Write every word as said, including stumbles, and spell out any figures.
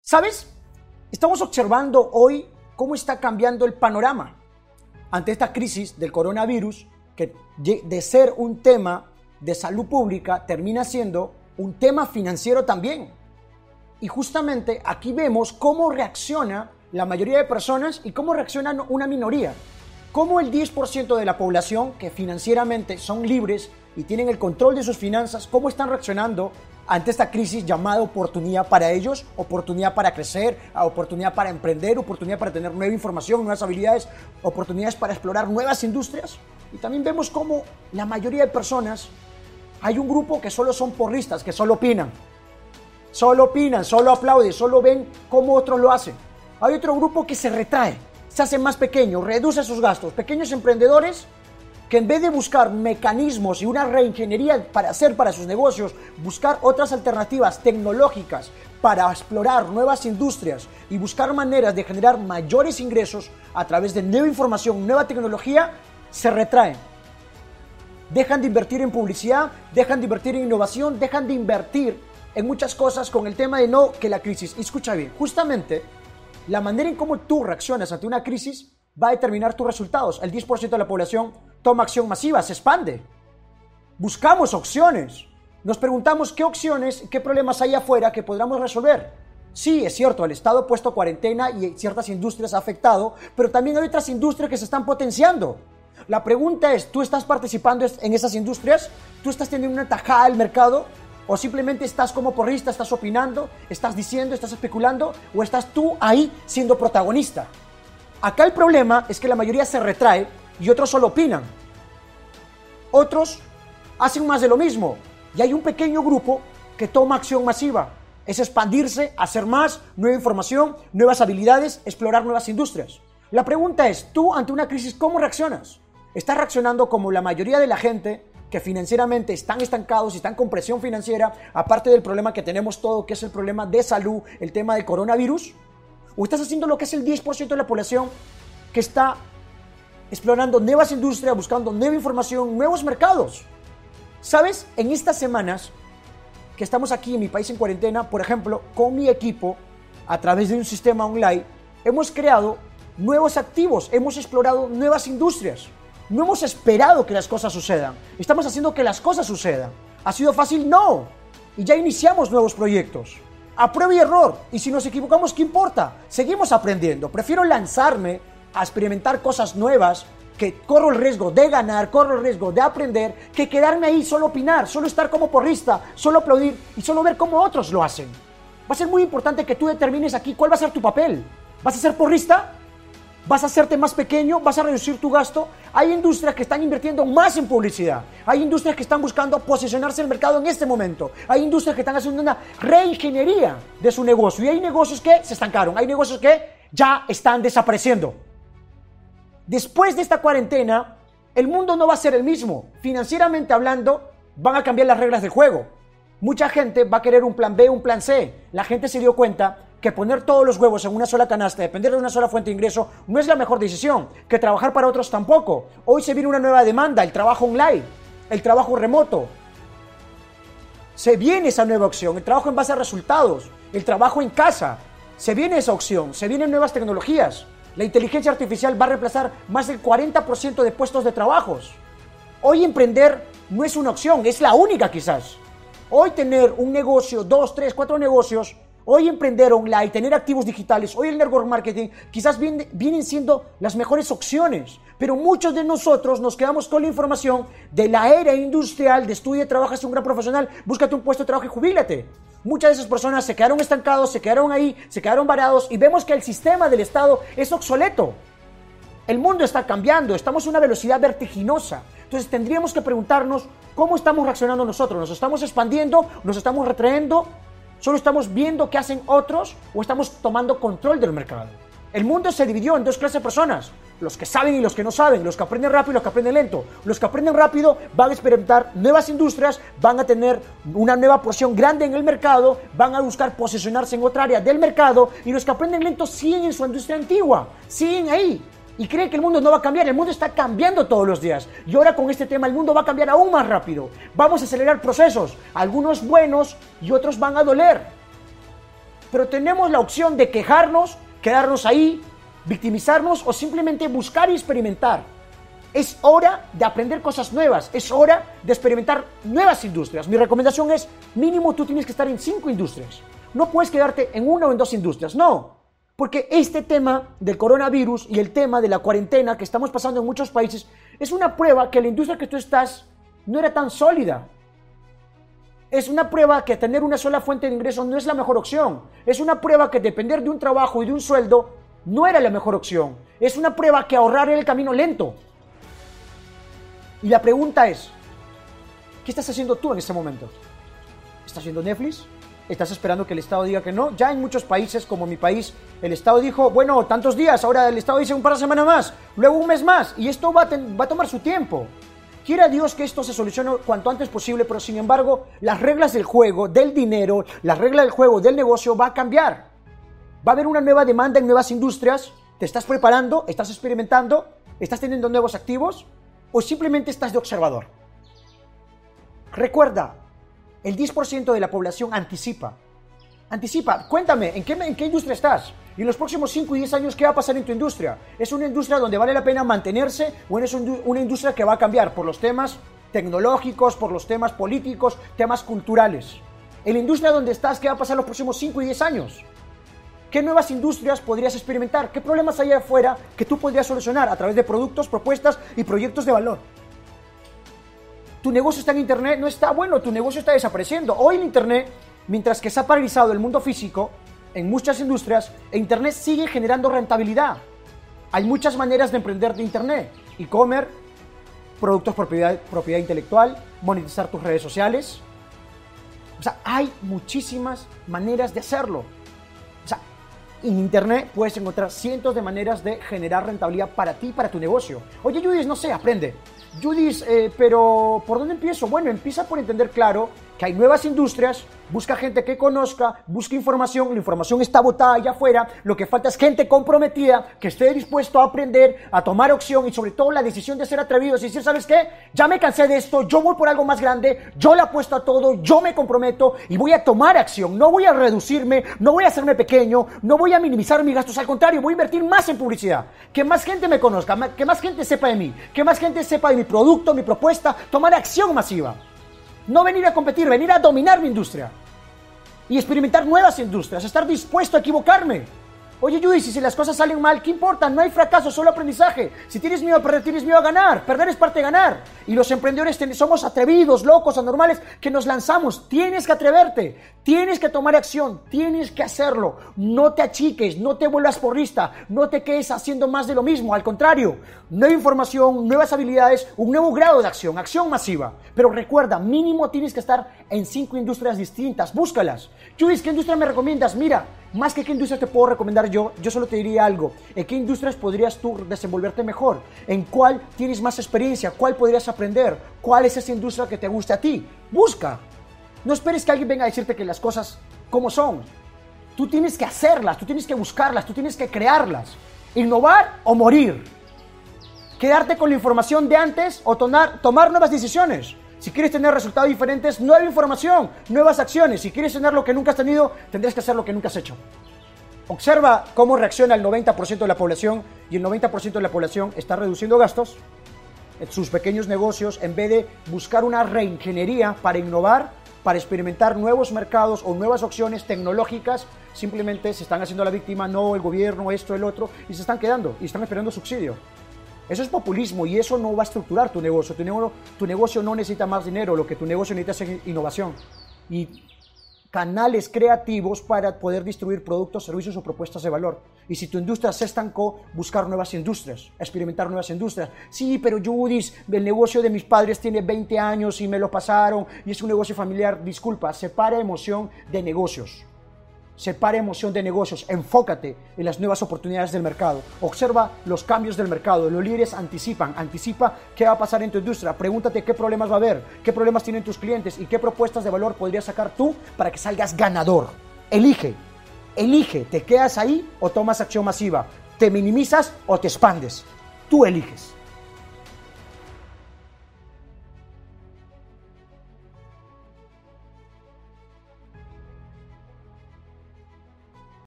¿Sabes? Estamos observando hoy cómo está cambiando el panorama ante esta crisis del coronavirus, que de ser un tema de salud pública termina siendo un tema financiero también. Y justamente aquí vemos cómo reacciona la mayoría de personas y cómo reacciona una minoría. Cómo el diez por ciento de la población, que financieramente son libres y tienen el control de sus finanzas, cómo están reaccionando ante esta crisis llamada oportunidad para ellos, oportunidad para crecer, oportunidad para emprender, oportunidad para tener nueva información, nuevas habilidades, oportunidades para explorar nuevas industrias. Y también vemos cómo la mayoría de personas, hay un grupo que solo son porristas, que solo opinan. Solo opinan, solo aplauden, solo ven cómo otros lo hacen. Hay otro grupo que se retrae, se hace más pequeño, reduce sus gastos. Pequeños emprendedores que en vez de buscar mecanismos y una reingeniería para hacer para sus negocios, buscar otras alternativas tecnológicas para explorar nuevas industrias y buscar maneras de generar mayores ingresos a través de nueva información, nueva tecnología, se retraen. Dejan de invertir en publicidad, dejan de invertir en innovación, dejan de invertir en muchas cosas con el tema de no que la crisis. Y escucha bien, justamente la manera en cómo tú reaccionas ante una crisis va a determinar tus resultados. El diez por ciento de la población toma acción masiva, se expande. Buscamos opciones. Nos preguntamos qué opciones, qué problemas hay afuera que podamos resolver. Sí, es cierto, el Estado ha puesto cuarentena y ciertas industrias ha afectado, pero también hay otras industrias que se están potenciando. La pregunta es, ¿tú estás participando en esas industrias? ¿Tú estás teniendo una tajada del mercado? ¿O simplemente estás como porrista, estás opinando, estás diciendo, estás especulando? ¿O estás tú ahí siendo protagonista? Acá el problema es que la mayoría se retrae y otros solo opinan. Otros hacen más de lo mismo. Y hay un pequeño grupo que toma acción masiva. Es expandirse, hacer más, nueva información, nuevas habilidades, explorar nuevas industrias. La pregunta es, tú ante una crisis, ¿cómo reaccionas? ¿Estás reaccionando como la mayoría de la gente que financieramente están estancados y están con presión financiera, aparte del problema que tenemos todo, que es el problema de salud, el tema del coronavirus? ¿O estás haciendo lo que es el diez por ciento de la población que está explorando nuevas industrias, buscando nueva información, nuevos mercados? ¿Sabes? En estas semanas que estamos aquí en mi país en cuarentena, por ejemplo, con mi equipo, a través de un sistema online, hemos creado nuevos activos, hemos explorado nuevas industrias. No hemos esperado que las cosas sucedan. Estamos haciendo que las cosas sucedan. ¿Ha sido fácil? No. Y ya iniciamos nuevos proyectos. A prueba y error. Y si nos equivocamos, ¿qué importa? Seguimos aprendiendo. Prefiero lanzarme a experimentar cosas nuevas, que corro el riesgo de ganar, corro el riesgo de aprender, que quedarme ahí solo opinar, solo estar como porrista, solo aplaudir y solo ver cómo otros lo hacen. Va a ser muy importante que tú determines aquí cuál va a ser tu papel. ¿Vas a ser porrista? ¿Vas a hacerte más pequeño? ¿Vas a reducir tu gasto? Hay industrias que están invirtiendo más en publicidad. Hay industrias que están buscando posicionarse en el mercado en este momento. Hay industrias que están haciendo una reingeniería de su negocio. Y hay negocios que se estancaron. Hay negocios que ya están desapareciendo. Después de esta cuarentena, el mundo no va a ser el mismo. Financieramente hablando, van a cambiar las reglas del juego. Mucha gente va a querer un plan B, un plan C. La gente se dio cuenta que poner todos los huevos en una sola canasta, depender de una sola fuente de ingreso, no es la mejor decisión, que trabajar para otros tampoco. Hoy se viene una nueva demanda, el trabajo online, el trabajo remoto. Se viene esa nueva opción, el trabajo en base a resultados, el trabajo en casa. Se viene esa opción, se vienen nuevas tecnologías. La inteligencia artificial va a reemplazar más del cuarenta por ciento de puestos de trabajos. Hoy emprender no es una opción, es la única quizás. Hoy tener un negocio, dos, tres, cuatro negocios, hoy emprender online, tener activos digitales, hoy el network marketing, quizás viene, vienen siendo las mejores opciones. Pero muchos de nosotros nos quedamos con la información de la era industrial, de estudia, trabajas un gran profesional, búscate un puesto de trabajo y jubílate. Muchas de esas personas se quedaron estancados, se quedaron ahí, se quedaron varados y vemos que el sistema del Estado es obsoleto. El mundo está cambiando, estamos a una velocidad vertiginosa. Entonces tendríamos que preguntarnos cómo estamos reaccionando nosotros. ¿Nos estamos expandiendo? ¿Nos estamos retrayendo? ¿Solo estamos viendo qué hacen otros o estamos tomando control del mercado? El mundo se dividió en dos clases de personas, los que saben y los que no saben, los que aprenden rápido y los que aprenden lento. Los que aprenden rápido van a experimentar nuevas industrias, van a tener una nueva porción grande en el mercado, van a buscar posicionarse en otra área del mercado, y los que aprenden lento siguen en su industria antigua, siguen ahí. Y creen que el mundo no va a cambiar. El mundo está cambiando todos los días. Y ahora con este tema el mundo va a cambiar aún más rápido. Vamos a acelerar procesos. Algunos buenos y otros van a doler. pero tenemos la opción de quejarnos, quedarnos ahí, victimizarnos o simplemente buscar y experimentar. Es hora de aprender cosas nuevas, es hora de experimentar nuevas industrias. Mi recomendación es, mínimo tú tienes que estar en cinco industrias. No puedes quedarte en una o en dos industrias, no. Porque este tema del coronavirus y el tema de la cuarentena que estamos pasando en muchos países es una prueba que la industria que tú estás no era tan sólida. Es una prueba que tener una sola fuente de ingresos no es la mejor opción. Es una prueba que depender de un trabajo y de un sueldo no era la mejor opción. Es una prueba que ahorrar era el camino lento. Y la pregunta es, ¿qué estás haciendo tú en este momento? ¿Estás viendo Netflix? ¿Estás esperando que el Estado diga que no? Ya en muchos países, como mi país, el Estado dijo, bueno, tantos días, ahora el Estado dice un par de semanas más, luego un mes más, y esto va a, ten- va a tomar su tiempo. Quiera Dios que esto se solucione cuanto antes posible, pero sin embargo, las reglas del juego, del dinero, las reglas del juego, del negocio va a cambiar. Va a haber una nueva demanda en nuevas industrias. ¿Te estás preparando? ¿Estás experimentando? ¿Estás teniendo nuevos activos? ¿O simplemente estás de observador? Recuerda, el diez por ciento de la población anticipa. Anticipa. Cuéntame, ¿en qué, ¿en qué industria estás? Y en los próximos cinco y diez años, ¿qué va a pasar en tu industria? ¿Es una industria donde vale la pena mantenerse o es una industria que va a cambiar por los temas tecnológicos, por los temas políticos, temas culturales? En la industria donde estás, ¿qué va a pasar en los próximos cinco y diez años? ¿Qué nuevas industrias podrías experimentar? ¿Qué problemas hay afuera que tú podrías solucionar a través de productos, propuestas y proyectos de valor? Tu negocio está en Internet, no está bueno, tu negocio está desapareciendo. Hoy en Internet, mientras que se ha paralizado el mundo físico, en muchas industrias, Internet sigue generando rentabilidad. Hay muchas maneras de emprender de Internet. E-commerce, productos propiedad, propiedad intelectual, monetizar tus redes sociales. O sea, hay muchísimas maneras de hacerlo. O sea, en Internet puedes encontrar cientos de maneras de generar rentabilidad para ti y para tu negocio. Oye, Judith, no sé, aprende. Judith, eh, pero ¿por dónde empiezo? Bueno, empieza por entender claro que hay nuevas industrias, busca gente que conozca, busca información, la información está botada allá afuera, lo que falta es gente comprometida, que esté dispuesto a aprender, a tomar acción y sobre todo la decisión de ser atrevidos y decir, ¿sabes qué? Ya me cansé de esto, yo voy por algo más grande, yo le apuesto a todo, yo me comprometo y voy a tomar acción, no voy a reducirme, no voy a hacerme pequeño, no voy a minimizar mis gastos, al contrario, voy a invertir más en publicidad, que más gente me conozca, que más gente sepa de mí, que más gente sepa de mi producto, mi propuesta, tomar acción masiva. No venir a competir, venir a dominar mi industria y experimentar nuevas industrias, estar dispuesto a equivocarme. Oye, Judith, si las cosas salen mal, ¿qué importa? No hay fracaso, solo aprendizaje. Si tienes miedo a perder, tienes miedo a ganar. Perder es parte de ganar. Y los emprendedores somos atrevidos, locos, anormales, que nos lanzamos. Tienes que atreverte, tienes que tomar acción, tienes que hacerlo. No te achiques, no te vuelvas porrista, no te quedes haciendo más de lo mismo. Al contrario, nueva información, nuevas habilidades, un nuevo grado de acción, acción masiva. Pero recuerda, mínimo tienes que estar en cinco industrias distintas. Búscalas. Judith, ¿qué industria me recomiendas? Mira, más que qué industria te puedo recomendar yo, yo solo te diría algo. ¿En qué industrias podrías tú desenvolverte mejor? ¿En cuál tienes más experiencia? ¿Cuál podrías aprender? ¿Cuál es esa industria que te guste a ti? Busca. No esperes que alguien venga a decirte que las cosas como son. Tú tienes que hacerlas, tú tienes que buscarlas, tú tienes que crearlas. Innovar o morir. Quedarte con la información de antes o tomar, tomar nuevas decisiones. Si quieres tener resultados diferentes, nueva información, nuevas acciones. Si quieres tener lo que nunca has tenido, tendrás que hacer lo que nunca has hecho. Observa cómo reacciona el noventa por ciento de la población y el noventa por ciento de la población está reduciendo gastos en sus pequeños negocios en vez de buscar una reingeniería para innovar, para experimentar nuevos mercados o nuevas opciones tecnológicas. Simplemente se están haciendo la víctima, no el gobierno, esto, el otro, y se están quedando y están esperando subsidio. Eso es populismo y eso no va a estructurar tu negocio. Tu, negocio. tu negocio no necesita más dinero, lo que tu negocio necesita es innovación y canales creativos para poder distribuir productos, servicios o propuestas de valor. Y si tu industria se estancó, buscar nuevas industrias, experimentar nuevas industrias. Sí, pero Judith, el negocio de mis padres tiene veinte años y me lo pasaron y es un negocio familiar. Disculpa, separa emoción de negocios. Separa emoción de negocios, enfócate en las nuevas oportunidades del mercado. Observa los cambios del mercado, los líderes anticipan, anticipa qué va a pasar en tu industria. Pregúntate qué problemas va a haber, qué problemas tienen tus clientes y qué propuestas de valor podrías sacar tú para que salgas ganador. Elige, elige, ¿te quedas ahí o tomas acción masiva? ¿Te minimizas o te expandes? Tú eliges.